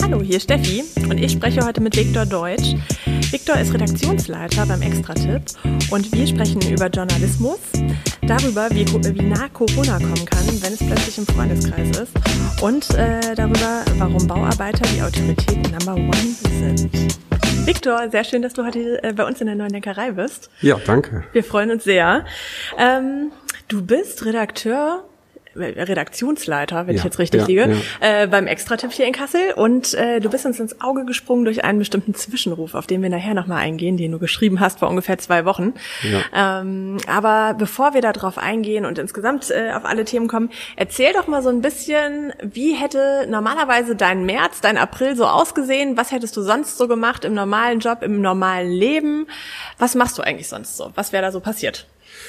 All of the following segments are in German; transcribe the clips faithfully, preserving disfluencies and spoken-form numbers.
Hallo, hier ist Steffi und ich spreche heute mit Viktor Deutsch. Viktor ist Redaktionsleiter beim Extra-Tipp und wir sprechen über Journalismus, darüber, wie, wie nah Corona kommen kann, wenn es plötzlich im Freundeskreis ist und äh, darüber, warum Bauarbeiter die Autorität Number One sind. Viktor, sehr schön, dass du heute äh, bei uns in der Neuen Denkerei bist. Ja, danke. Wir freuen uns sehr. Ähm, du bist Redakteur, Redaktionsleiter, wenn ja, ich jetzt richtig ja, liege, ja. äh, beim Extra-Tipp hier in Kassel und äh, du bist uns ins Auge gesprungen durch einen bestimmten Zwischenruf, auf den wir nachher nochmal eingehen, den du geschrieben hast vor ungefähr zwei Wochen. Ja. Ähm, aber bevor wir da drauf eingehen und insgesamt äh, auf alle Themen kommen, erzähl doch mal so ein bisschen, wie hätte normalerweise dein März, dein April so ausgesehen? Was hättest du sonst so gemacht im normalen Job, im normalen Leben? Was machst du eigentlich sonst so? Was wäre da so passiert?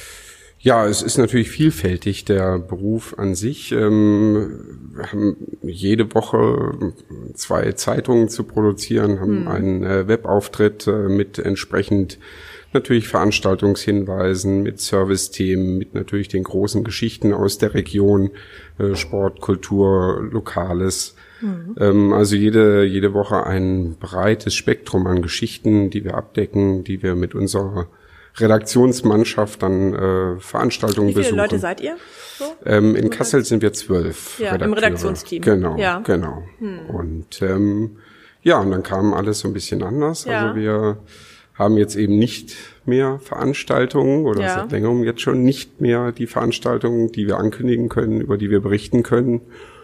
Ja, es ist natürlich vielfältig, der Beruf an sich. Ähm, wir haben jede Woche zwei Zeitungen zu produzieren, haben hm. einen äh, Webauftritt äh, mit entsprechend natürlich Veranstaltungshinweisen, mit Servicethemen, mit natürlich den großen Geschichten aus der Region, äh, Sport, Kultur, Lokales. Mhm. Ähm, also jede jede Woche ein breites Spektrum an Geschichten, die wir abdecken, die wir mit unserer Redaktionsmannschaft dann äh, Veranstaltungen besuchen. Wie viele besuchen. Leute seid ihr? So? Ähm, in Kassel sind wir zwölf ja, Redakteure. Im Redaktionsteam. Genau, ja. genau. Hm. Und ähm, ja, und dann kam alles so ein bisschen anders. Ja. Also wir haben jetzt eben nicht mehr Veranstaltungen oder ja. seit längerem jetzt schon nicht mehr die Veranstaltungen, die wir ankündigen können, über die wir berichten können.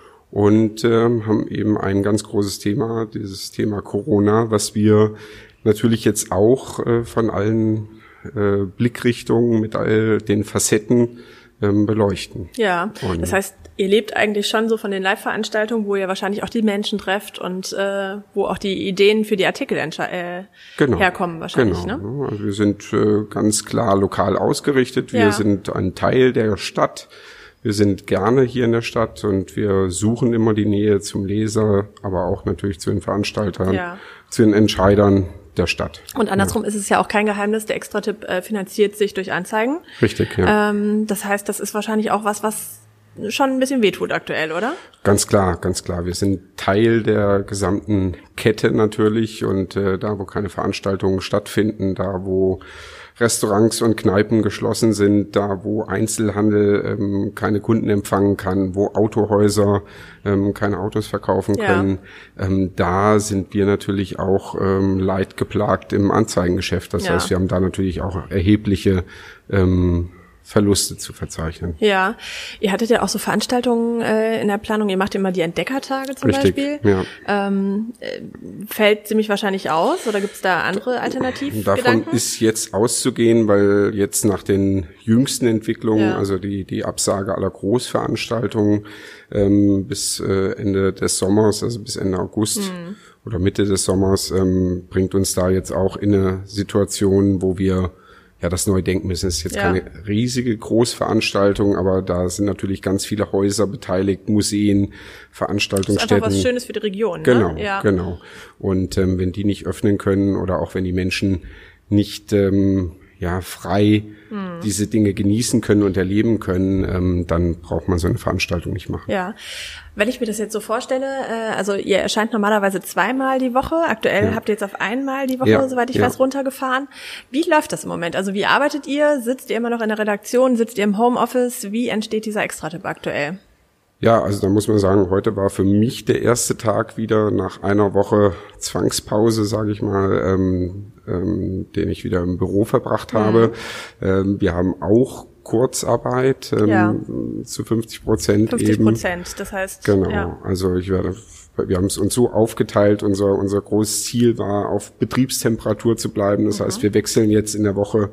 Und ähm, haben eben ein ganz großes Thema, dieses Thema Corona, was wir natürlich jetzt auch äh, von allen Äh, Blickrichtungen mit all den Facetten ähm, beleuchten. Ja, und das heißt, ihr lebt eigentlich schon so von den Live-Veranstaltungen, wo ihr wahrscheinlich auch die Menschen trefft und äh, wo auch die Ideen für die Artikel äh, genau, herkommen wahrscheinlich. Genau. Ne? Also wir sind äh, ganz klar lokal ausgerichtet. Wir ja. sind ein Teil der Stadt. Wir sind gerne hier in der Stadt und wir suchen immer die Nähe zum Leser, aber auch natürlich zu den Veranstaltern, ja. zu den Entscheidern der Stadt. Und andersrum ja. ist es ja auch kein Geheimnis, der Extra-Tipp äh, finanziert sich durch Anzeigen. Richtig, ja. Ähm, das heißt, das ist wahrscheinlich auch was, was schon ein bisschen wehtut aktuell, oder? Ganz klar, ganz klar. Wir sind Teil der gesamten Kette natürlich und äh, da, wo keine Veranstaltungen stattfinden, da, wo Restaurants und Kneipen geschlossen sind, da wo Einzelhandel ähm, keine Kunden empfangen kann, wo Autohäuser ähm, keine Autos verkaufen können, ja. ähm, da sind wir natürlich auch ähm, leidgeplagt im Anzeigengeschäft. Das ja. heißt, wir haben da natürlich auch erhebliche ähm, Verluste zu verzeichnen. Ja, ihr hattet ja auch so Veranstaltungen äh, in der Planung. Ihr macht immer die Entdeckertage zum Richtig, Beispiel. Ja. Ähm, äh, fällt ziemlich wahrscheinlich aus oder gibt es da andere Alternativgedanken? Davon ist jetzt auszugehen, weil jetzt nach den jüngsten Entwicklungen, ja. also die die Absage aller Großveranstaltungen ähm, bis äh, Ende des Sommers, also bis Ende August mhm. oder Mitte des Sommers, ähm, bringt uns da jetzt auch in eine Situation, wo wir ja, das neu denken müssen. Es ist jetzt ja. keine riesige Großveranstaltung, aber da sind natürlich ganz viele Häuser beteiligt, Museen, Veranstaltungsstätten. Das ist einfach was Schönes für die Region, genau, ne? Ja. Genau, Und ähm, wenn die nicht öffnen können oder auch wenn die Menschen nicht ähm, ja frei hm. diese Dinge genießen können und erleben können, ähm, dann braucht man so eine Veranstaltung nicht machen. Ja. Wenn ich mir das jetzt so vorstelle, äh, also ihr erscheint normalerweise zweimal die Woche, aktuell ja. habt ihr jetzt auf einmal die Woche, ja. soweit ich ja. weiß, runtergefahren. Wie läuft das im Moment? Also wie arbeitet ihr? Sitzt ihr immer noch in der Redaktion? Sitzt ihr im Homeoffice? Wie entsteht dieser Extra-Tipp aktuell? Ja, also da muss man sagen, heute war für mich der erste Tag wieder nach einer Woche Zwangspause, sage ich mal, ähm, ähm, den ich wieder im Büro verbracht habe. Mhm. Ähm, wir haben auch Kurzarbeit ähm, ja. zu fünfzig Prozent eben. fünfzig Prozent, das heißt. Genau, ja. also ich werde, wir haben es uns so aufgeteilt, unser unser großes Ziel war, auf Betriebstemperatur zu bleiben. Das mhm. heißt, wir wechseln jetzt in der Woche,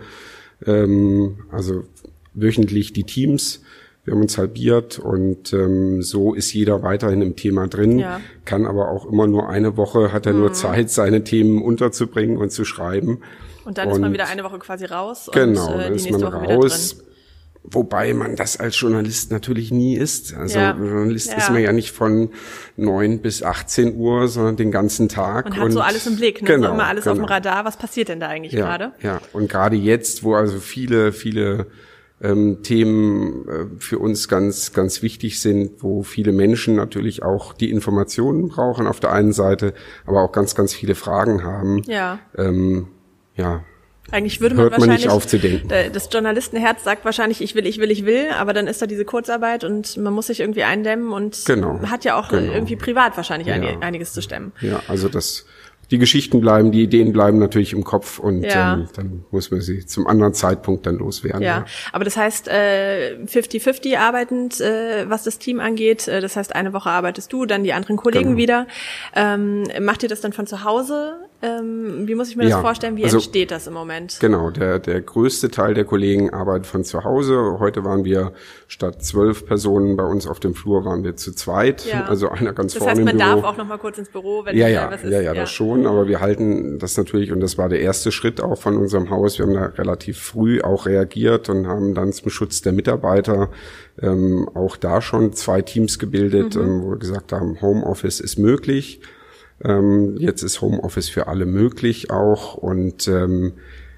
ähm, also wöchentlich die Teams. Wir haben uns halbiert und ähm, so ist jeder weiterhin im Thema drin, ja. kann aber auch immer nur eine Woche, hat er mhm. nur Zeit, seine Themen unterzubringen und zu schreiben. Und dann und ist man wieder eine Woche quasi raus genau, und äh, dann die ist nächste man Woche raus. wieder drin. Wobei man das als Journalist natürlich nie ist. Also ja. Journalist ja. ist man ja nicht von neun bis achtzehn Uhr, sondern den ganzen Tag. Und hat und so alles im Blick, ne? Genau, so immer alles genau. auf dem Radar. Was passiert denn da eigentlich ja, gerade? Ja, und gerade jetzt, wo also viele, viele ähm, Themen äh, für uns ganz, ganz wichtig sind, wo viele Menschen natürlich auch die Informationen brauchen auf der einen Seite, aber auch ganz, ganz viele Fragen haben. Ja. Ähm, ja. Eigentlich würde man Hört man wahrscheinlich, nicht auf zu denken. Das Journalistenherz sagt wahrscheinlich, ich will, ich will, ich will, aber dann ist da diese Kurzarbeit und man muss sich irgendwie eindämmen und genau, hat ja auch genau. irgendwie privat wahrscheinlich ja. einiges zu stemmen. Ja, also das, die Geschichten bleiben, die Ideen bleiben natürlich im Kopf und ja. ähm, dann muss man sie zum anderen Zeitpunkt dann loswerden. Ja, ja. Aber das heißt äh, fifty fifty arbeitend, äh, was das Team angeht. Äh, das heißt, eine Woche arbeitest du, dann die anderen Kollegen genau. wieder. Ähm, macht ihr das dann von zu Hause? Ähm, wie muss ich mir das ja, vorstellen? Wie also, entsteht das im Moment? Genau, der der größte Teil der Kollegen arbeitet von zu Hause. Heute waren wir statt zwölf Personen bei uns auf dem Flur, waren wir zu zweit. Ja. Also einer ganz das vorne im Büro. Das heißt, man darf auch noch mal kurz ins Büro, wenn ja, da ja, was ist. Ja, ja, das schon. Aber wir halten das natürlich, und das war der erste Schritt auch von unserem Haus. Wir haben da relativ früh auch reagiert und haben dann zum Schutz der Mitarbeiter ähm, auch da schon zwei Teams gebildet, mhm. ähm, wo wir gesagt haben, Homeoffice ist möglich. Ähm, jetzt ist Homeoffice für alle möglich auch und ähm,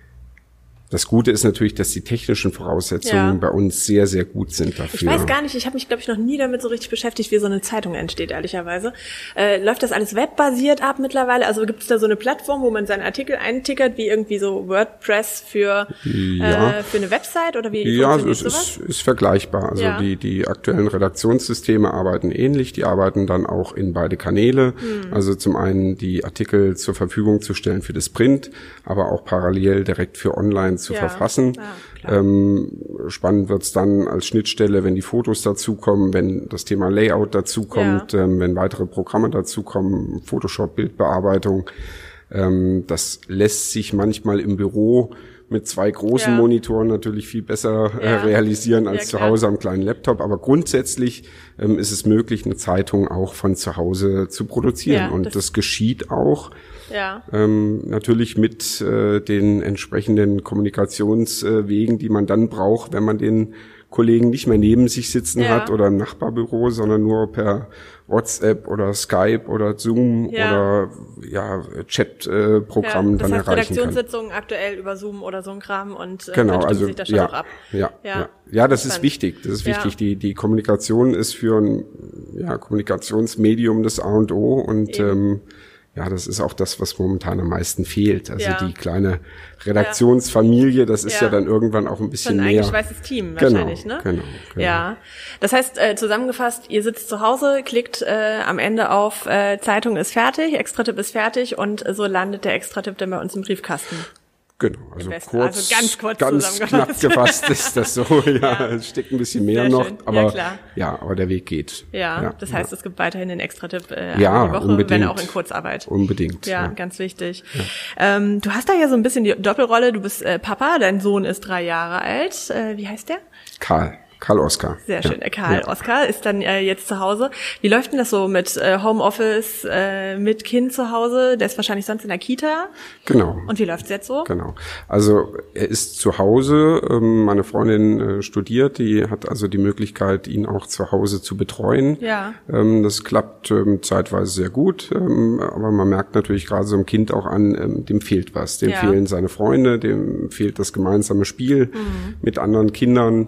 das Gute ist natürlich, dass die technischen Voraussetzungen ja. bei uns sehr, sehr gut sind dafür. Ich weiß gar nicht, ich habe mich, glaube ich, noch nie damit so richtig beschäftigt, wie so eine Zeitung entsteht, ehrlicherweise. Äh, läuft das alles webbasiert ab mittlerweile? Also gibt es da so eine Plattform, wo man seinen Artikel eintickert, wie irgendwie so WordPress für ja. äh, für eine Website oder wie ja, funktioniert es sowas? ist, ist vergleichbar. Also ja. die die aktuellen Redaktionssysteme arbeiten ähnlich. Die arbeiten dann auch in beide Kanäle. Hm. Also zum einen die Artikel zur Verfügung zu stellen für das Print, aber auch parallel direkt für Online zu ja. verfassen. Ja, ähm, spannend wird's dann als Schnittstelle, wenn die Fotos dazukommen, wenn das Thema Layout dazukommt, ja. ähm, wenn weitere Programme dazukommen, Photoshop, Bildbearbeitung. Ähm, das lässt sich manchmal im Büro mit zwei großen ja. Monitoren natürlich viel besser äh, ja. realisieren als ja, zu Hause am kleinen Laptop. Aber grundsätzlich ähm, ist es möglich, eine Zeitung auch von zu Hause zu produzieren. Ja, und das, das geschieht auch. Ja. Ähm, natürlich mit äh, den entsprechenden Kommunikationswegen, äh, die man dann braucht, wenn man den Kollegen nicht mehr neben sich sitzen ja. hat oder im Nachbarbüro, sondern nur per WhatsApp oder Skype oder Zoom ja. oder ja Chat-Programm äh, ja, dann erreichen kann. Redaktionssitzungen aktuell über Zoom oder so ein Kram und äh, genau, also sich das schon ja, auch ab. Ja, ja, ja, ja, das ist wichtig. Das ist wichtig. Ja. Die die Kommunikation ist für ein ja, Kommunikationsmedium das A und O und Eben. ähm, ja, das ist auch das, was momentan am meisten fehlt. Also ja. die kleine Redaktionsfamilie, das ist ja, ja dann irgendwann auch ein bisschen mehr. Ein eingeschweißtes Team wahrscheinlich, genau, ne? Genau, genau. Ja, das heißt, äh, zusammengefasst, ihr sitzt zu Hause, klickt äh, am Ende auf äh, Zeitung ist fertig, Extratipp ist fertig und äh, so landet der Extratipp dann bei uns im Briefkasten. Genau, also kurz, also ganz kurz ganz knapp gefasst ist das so, ja, ja. Es steckt ein bisschen mehr Sehr noch, schön. aber ja, klar. ja, aber der Weg geht. Ja, ja das heißt, ja. es gibt weiterhin den Extratipp äh, ja, die Woche, unbedingt. wenn auch in Kurzarbeit. Unbedingt. Ja, ja. ganz wichtig. Ja. Ähm, du hast da ja so ein bisschen die Doppelrolle, du bist äh, Papa, dein Sohn ist drei Jahre alt. Äh, wie heißt der? Karl. Karl Oskar. Sehr schön. Ja. Karl ja. Oskar ist dann äh, jetzt zu Hause. Wie läuft denn das so mit äh, Homeoffice, äh, mit Kind zu Hause? Der ist wahrscheinlich sonst in der Kita. Genau. Und wie läuft's jetzt so? Genau. Also er ist zu Hause. Ähm, meine Freundin äh, studiert. Die hat also die Möglichkeit, ihn auch zu Hause zu betreuen. Ja. Ähm, das klappt ähm, zeitweise sehr gut. Ähm, aber man merkt natürlich gerade so einem Kind auch an, ähm, dem fehlt was. Dem ja. fehlen seine Freunde, dem fehlt das gemeinsame Spiel mhm. mit anderen Kindern.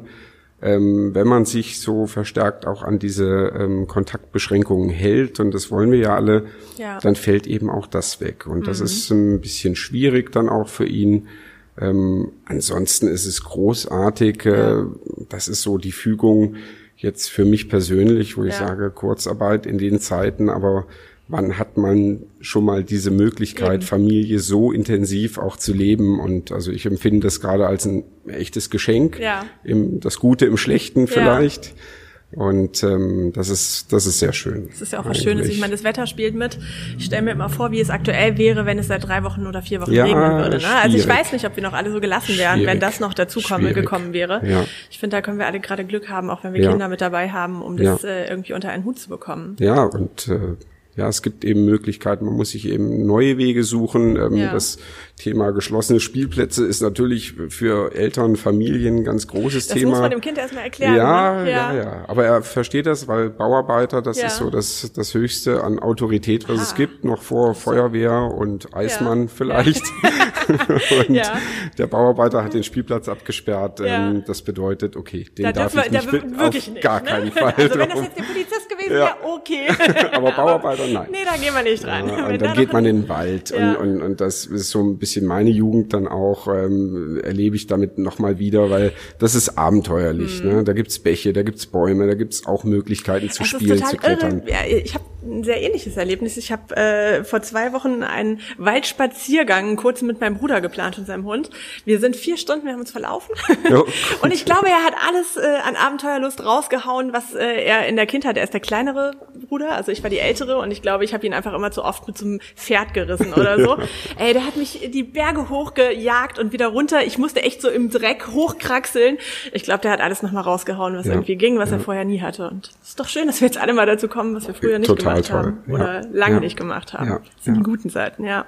Ähm, wenn man sich so verstärkt auch an diese ähm, Kontaktbeschränkungen hält, und das wollen wir ja alle, ja. dann fällt eben auch das weg. Und mhm. das ist ein bisschen schwierig dann auch für ihn. Ähm, ansonsten ist es großartig. Ja. Äh, das ist so die Fügung jetzt für mich persönlich, wo ich ja. sage, Kurzarbeit in den Zeiten, aber wann hat man schon mal diese Möglichkeit, Eben. Familie so intensiv auch zu leben? Und also ich empfinde das gerade als ein echtes Geschenk, ja. im, das Gute im Schlechten vielleicht. Ja. Und ähm, das ist das ist sehr schön. Das ist ja auch was Schönes. Ich meine, das Wetter spielt mit. Ich stelle mir immer vor, wie es aktuell wäre, wenn es seit drei Wochen oder vier Wochen ja, regnen würde. Ne? Also ich weiß nicht, ob wir noch alle so gelassen wären, schwierig. wenn das noch dazu komme, gekommen wäre. Ja. Ich finde, da können wir alle gerade Glück haben, auch wenn wir ja. Kinder mit dabei haben, um das ja. äh, irgendwie unter einen Hut zu bekommen. Ja, und äh, ja, es gibt eben Möglichkeiten, man muss sich eben neue Wege suchen. Ähm, ja. Das Thema geschlossene Spielplätze ist natürlich für Eltern, Familien ein ganz großes das Thema. Das muss man dem Kind erstmal erklären. Ja, ne? ja, ja, ja. Aber er versteht das, weil Bauarbeiter, das ja. ist so das, das Höchste an Autorität, was ah. es gibt, noch vor Feuerwehr und Eismann ja. vielleicht. und ja. der Bauarbeiter hat den Spielplatz abgesperrt. Ja. Ähm, das bedeutet, okay, den da darf wir, ich nicht, da wir, wirklich auf nicht, gar ne? keinen Fall. Also wenn das jetzt der Polizist gewesen ja. wäre, okay. Aber Bauarbeiter, nein. Nee, da gehen wir nicht rein. Ja, und dann geht man in den Wald ja. und, und, und das ist so ein bisschen meine Jugend dann auch, ähm, erlebe ich damit nochmal wieder, weil das ist abenteuerlich. Mhm. Ne? Da gibt's Bäche, da gibt's Bäume, da gibt's auch Möglichkeiten zu das spielen, zu klettern. Ja, ich habe ein sehr ähnliches Erlebnis. Ich habe äh, vor zwei Wochen einen Waldspaziergang kurz mit meinem Bruder geplant und seinem Hund. Wir sind vier Stunden, wir haben uns verlaufen. Jo, und ich glaube, er hat alles äh, an Abenteuerlust rausgehauen, was äh, er in der Kindheit, er ist der kleinere Bruder, also ich war die ältere und ich glaube, ich habe ihn einfach immer zu oft mit so einem Pferd gerissen oder so. Ey, der hat mich die Berge hochgejagt und wieder runter. Ich musste echt so im Dreck hochkraxeln. Ich glaube, der hat alles nochmal rausgehauen, was ja. irgendwie ging, was ja. er vorher nie hatte. Und es ist doch schön, dass wir jetzt alle mal dazu kommen, was wir früher nicht Total gemacht toll. haben oder ja. lange ja. nicht gemacht haben. Ja. Das sind ja. die guten Seiten, ja.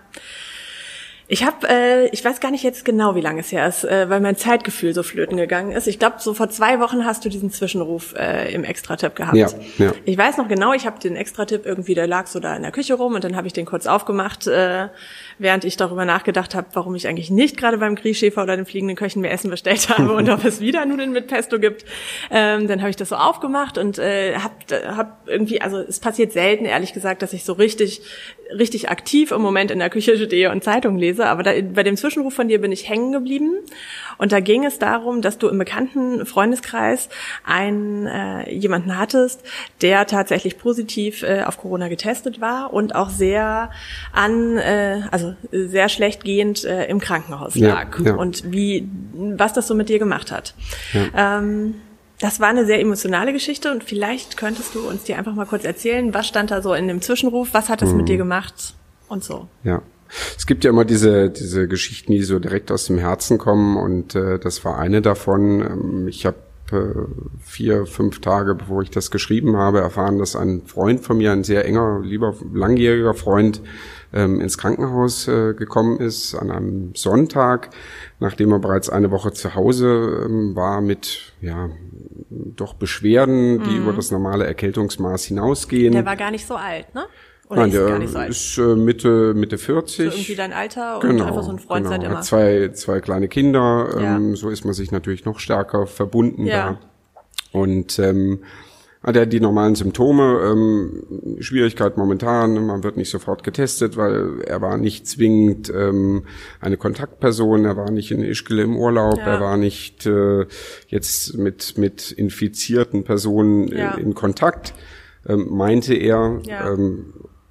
Ich habe, äh, ich weiß gar nicht jetzt genau, wie lange es her ist, äh, weil mein Zeitgefühl so flöten gegangen ist. Ich glaube, so vor zwei Wochen hast du diesen Zwischenruf äh, im Extratipp gehabt. Ja, ja. Ich weiß noch genau, ich habe den Extratipp irgendwie, der lag so da in der Küche rum und dann habe ich den kurz aufgemacht, äh, während ich darüber nachgedacht habe, warum ich eigentlich nicht gerade beim Grießschäfer oder den fliegenden Köchen mehr Essen bestellt habe und ob es wieder Nudeln mit Pesto gibt. Ähm, dann habe ich das so aufgemacht und äh, habe hab irgendwie, also es passiert selten, ehrlich gesagt, dass ich so richtig richtig aktiv im Moment in der Küche stehe und Zeitung lese, aber da, bei dem Zwischenruf von dir bin ich hängen geblieben und da ging es darum, dass du im bekannten Freundeskreis einen äh, jemanden hattest, der tatsächlich positiv äh, auf Corona getestet war und auch sehr an, äh, also sehr schlecht gehend äh, im Krankenhaus lag ja, ja. und wie, was das so mit dir gemacht hat. Ja. Ähm, Das war eine sehr emotionale Geschichte und vielleicht könntest du uns dir einfach mal kurz erzählen, was stand da so in dem Zwischenruf, was hat das mhm. mit dir gemacht und so. Ja, es gibt ja immer diese diese Geschichten, die so direkt aus dem Herzen kommen und äh, das war eine davon. Ich habe äh, vier, fünf Tage, bevor ich das geschrieben habe, erfahren, dass ein Freund von mir, ein sehr enger, lieber, langjähriger Freund, ähm, ins Krankenhaus äh, gekommen ist an einem Sonntag, nachdem er bereits eine Woche zu Hause ähm, war mit, ja, doch Beschwerden, die mhm. über das normale Erkältungsmaß hinausgehen. Der war gar nicht so alt, ne? Oder Nein, ist der gar nicht so alt? ist äh, Mitte Mitte vierzig. So irgendwie dein Alter und genau, einfach so ein Freund genau. seit immer. Hat zwei zwei kleine Kinder, ähm, ja. so ist man sich natürlich noch stärker verbunden ja. da. Und ähm, hat er die normalen Symptome, ähm, Schwierigkeit momentan, man wird nicht sofort getestet, weil er war nicht zwingend ähm, eine Kontaktperson, er war nicht in Ischgl im Urlaub, ja. er war nicht äh, jetzt mit mit infizierten Personen ja. in, in Kontakt, ähm, meinte er. Ja. Ähm,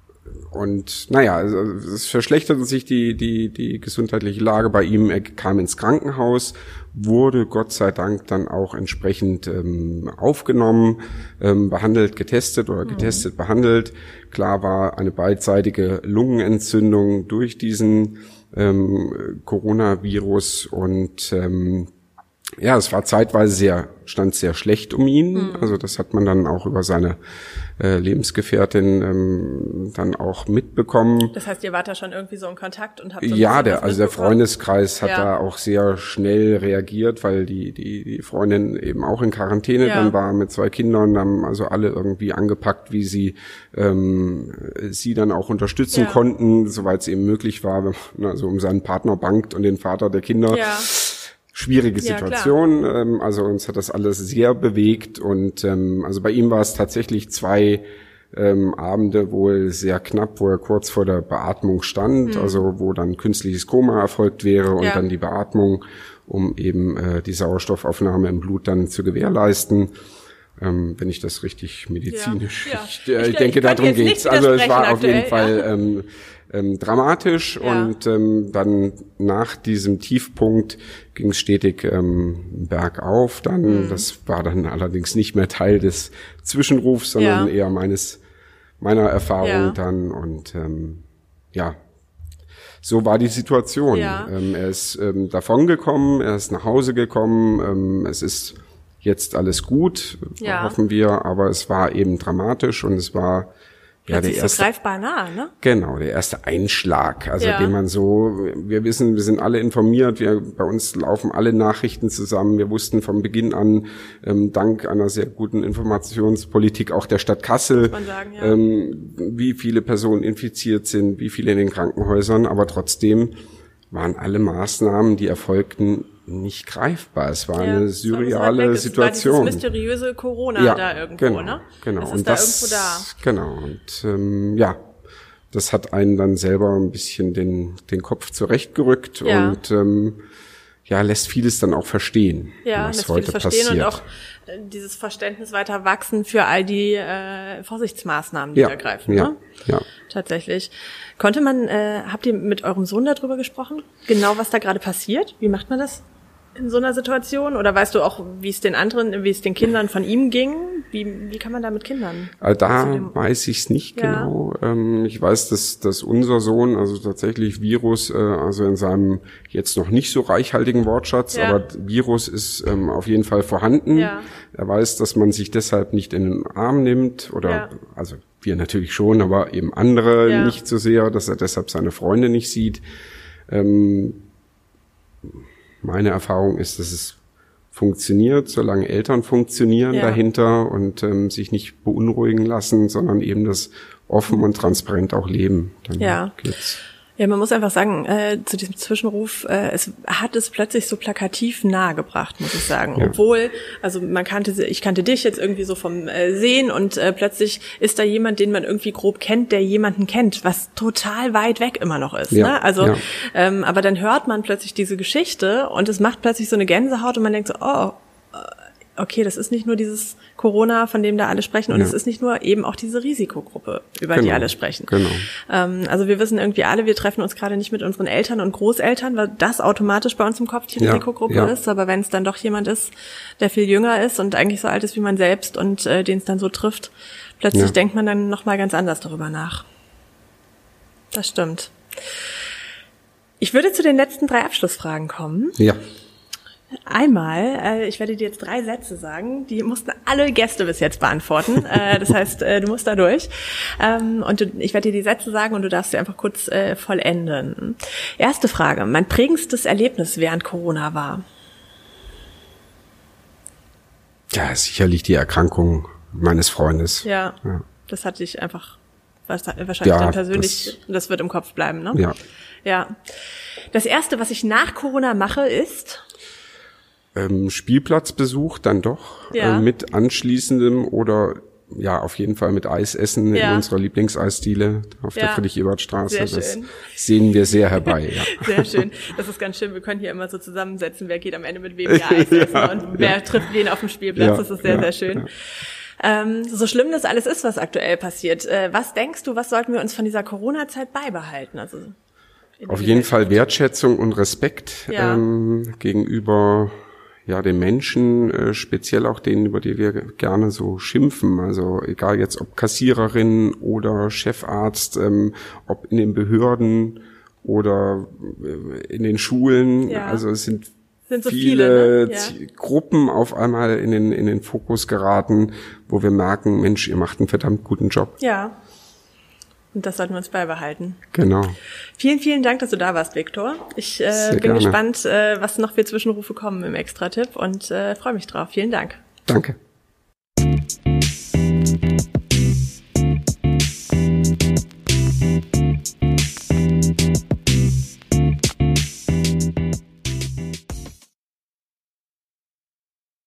Und naja, also es verschlechterte sich die die die gesundheitliche Lage bei ihm. Er kam ins Krankenhaus, wurde Gott sei Dank dann auch entsprechend ähm, aufgenommen, ähm, behandelt, getestet oder getestet, mhm. behandelt. Klar war eine beidseitige Lungenentzündung durch diesen ähm, Coronavirus und ähm, ja, es war zeitweise sehr, stand sehr schlecht um ihn. Mhm. Also das hat man dann auch über seine äh, Lebensgefährtin ähm, dann auch mitbekommen. Das heißt, ihr wart da schon irgendwie so in Kontakt und habt so Ja, der, also der Freundeskreis hat ja. da auch sehr schnell reagiert, weil die, die, die Freundin eben auch in Quarantäne ja. dann war mit zwei Kindern, haben also alle irgendwie angepackt, wie sie ähm, sie dann auch unterstützen ja. konnten, soweit es eben möglich war, also um seinen Partner bangt und den Vater der Kinder. Ja. Schwierige Situation, ja, ähm, also uns hat das alles sehr bewegt und ähm, also bei ihm war es tatsächlich zwei ähm, Abende wohl sehr knapp, wo er kurz vor der Beatmung stand, mhm. also wo dann künstliches Koma erfolgt wäre und ja. dann die Beatmung, um eben äh, die Sauerstoffaufnahme im Blut dann zu gewährleisten. Ähm, wenn ich das richtig medizinisch, ja, ja. ich, äh, ich, ich denke, darum geht's. Also es war auf jeden Fall ja. ähm, ähm, dramatisch ja. und ähm, dann nach diesem Tiefpunkt ging es stetig ähm, bergauf. Dann, mhm. das war dann allerdings nicht mehr Teil des Zwischenrufs, sondern ja. eher meines meiner Erfahrung ja. dann und ähm, ja. So war die Situation. Ja. Ähm, er ist ähm, davongekommen, er ist nach Hause gekommen, ähm, es ist jetzt alles gut, ja. hoffen wir, aber es war eben dramatisch und es war ja der erste, so greifbar nah, ne? Genau, der erste Einschlag, also ja. den man so, wir wissen, wir sind alle informiert, wir bei uns laufen alle Nachrichten zusammen, wir wussten von Beginn an, ähm, dank einer sehr guten Informationspolitik auch der Stadt Kassel, muss man sagen, ja. ähm, wie viele Personen infiziert sind, wie viele in den Krankenhäusern, aber trotzdem waren alle Maßnahmen, die erfolgten, nicht greifbar. Es war ja, eine surreale es Situation. Es war dieses mysteriöse Corona ja, da irgendwo, genau, ne? Genau. Es ist und da das, irgendwo da. Genau. Und ähm, ja, das hat einen dann selber ein bisschen den den Kopf zurechtgerückt ja. und ähm, ja, lässt vieles dann auch verstehen, ja, was lässt heute vieles verstehen passiert. Und auch äh, dieses Verständnis weiter wachsen für all die äh, Vorsichtsmaßnahmen, die ja, da greifen. Ja, ne? ja. Tatsächlich. Konnte man, äh, habt ihr mit eurem Sohn darüber gesprochen? Genau, was da gerade passiert? Wie macht man das in so einer Situation? Oder weißt du auch, wie es den anderen, wie es den Kindern von ihm ging? Wie, wie kann man da mit Kindern? Also da weiß ich es nicht ja. genau. Ähm, ich weiß, dass, dass unser Sohn also tatsächlich Virus, äh, also in seinem jetzt noch nicht so reichhaltigen Wortschatz, ja. aber Virus ist ähm, auf jeden Fall vorhanden. Ja. Er weiß, dass man sich deshalb nicht in den Arm nimmt oder ja. also wir natürlich schon, aber eben andere ja. nicht so sehr, dass er deshalb seine Freunde nicht sieht. Ähm, meine Erfahrung ist, dass es funktioniert, solange Eltern funktionieren ja. dahinter und ähm, sich nicht beunruhigen lassen, sondern eben das offen und transparent auch leben. Dann ja. geht's. Ja, man muss einfach sagen, äh, zu diesem Zwischenruf, äh, es hat es plötzlich so plakativ nahegebracht, muss ich sagen. Ja. Obwohl, also man kannte, ich kannte dich jetzt irgendwie so vom äh, Sehen und äh, plötzlich ist da jemand, den man irgendwie grob kennt, der jemanden kennt, was total weit weg immer noch ist. Ja. Ne? Also, ja. ähm, aber dann hört man plötzlich diese Geschichte und es macht plötzlich so eine Gänsehaut und man denkt so, oh, okay, das ist nicht nur dieses Corona, von dem da alle sprechen, und ja. es ist nicht nur eben auch diese Risikogruppe, über genau. die alle sprechen. Genau. Ähm, also wir wissen irgendwie alle, wir treffen uns gerade nicht mit unseren Eltern und Großeltern, weil das automatisch bei uns im Kopf die ja. Risikogruppe ja. ist. Aber wenn es dann doch jemand ist, der viel jünger ist und eigentlich so alt ist wie man selbst und äh, den es dann so trifft, plötzlich ja. denkt man dann nochmal ganz anders darüber nach. Das stimmt. Ich würde zu den letzten drei Abschlussfragen kommen. Ja. Einmal, äh, ich werde dir jetzt drei Sätze sagen, die mussten alle Gäste bis jetzt beantworten. äh, das heißt, äh, du musst da durch. Ähm, und du, ich werde dir die Sätze sagen und du darfst sie einfach kurz äh, vollenden. Erste Frage. Mein prägendstes Erlebnis während Corona war? Ja, sicherlich die Erkrankung meines Freundes. Ja, ja. Das hat dich einfach wahrscheinlich ja, dann persönlich, das, das wird im Kopf bleiben, ne? Ja. Ja. Das Erste, was ich nach Corona mache, ist... Ähm, Spielplatzbesuch dann doch ja. äh, mit anschließendem oder ja auf jeden Fall mit Eisessen ja. in unserer Lieblingseisdiele auf ja. der Friedrich-Ebert-Straße. Das sehen wir sehr herbei. Ja. Sehr schön. Das ist ganz schön. Wir können hier immer so zusammensetzen, wer geht am Ende mit wem hier Eis essen ja, und wer ja. trifft wen auf dem Spielplatz. Ja, das ist sehr, ja, sehr schön. Ja. Ähm, so schlimm das alles ist, was aktuell passiert. Äh, was denkst du, was sollten wir uns von dieser Corona-Zeit beibehalten? Also auf jeden Fall Wertschätzung und Respekt ja. ähm, gegenüber ja, den Menschen, äh, speziell auch denen, über die wir gerne so schimpfen, also egal jetzt ob Kassiererin oder Chefarzt, ähm, ob in den Behörden oder äh, in den Schulen, ja. also es sind, sind so viele, viele ne? ja. Gruppen auf einmal in den, in den Fokus geraten, wo wir merken, Mensch, ihr macht einen verdammt guten Job. Ja. Und das sollten wir uns beibehalten. Genau. Vielen, vielen Dank, dass du da warst, Viktor. Ich äh, bin gerne. gespannt, äh, was noch für Zwischenrufe kommen im Extra-Tipp und äh, freue mich drauf. Vielen Dank. Danke.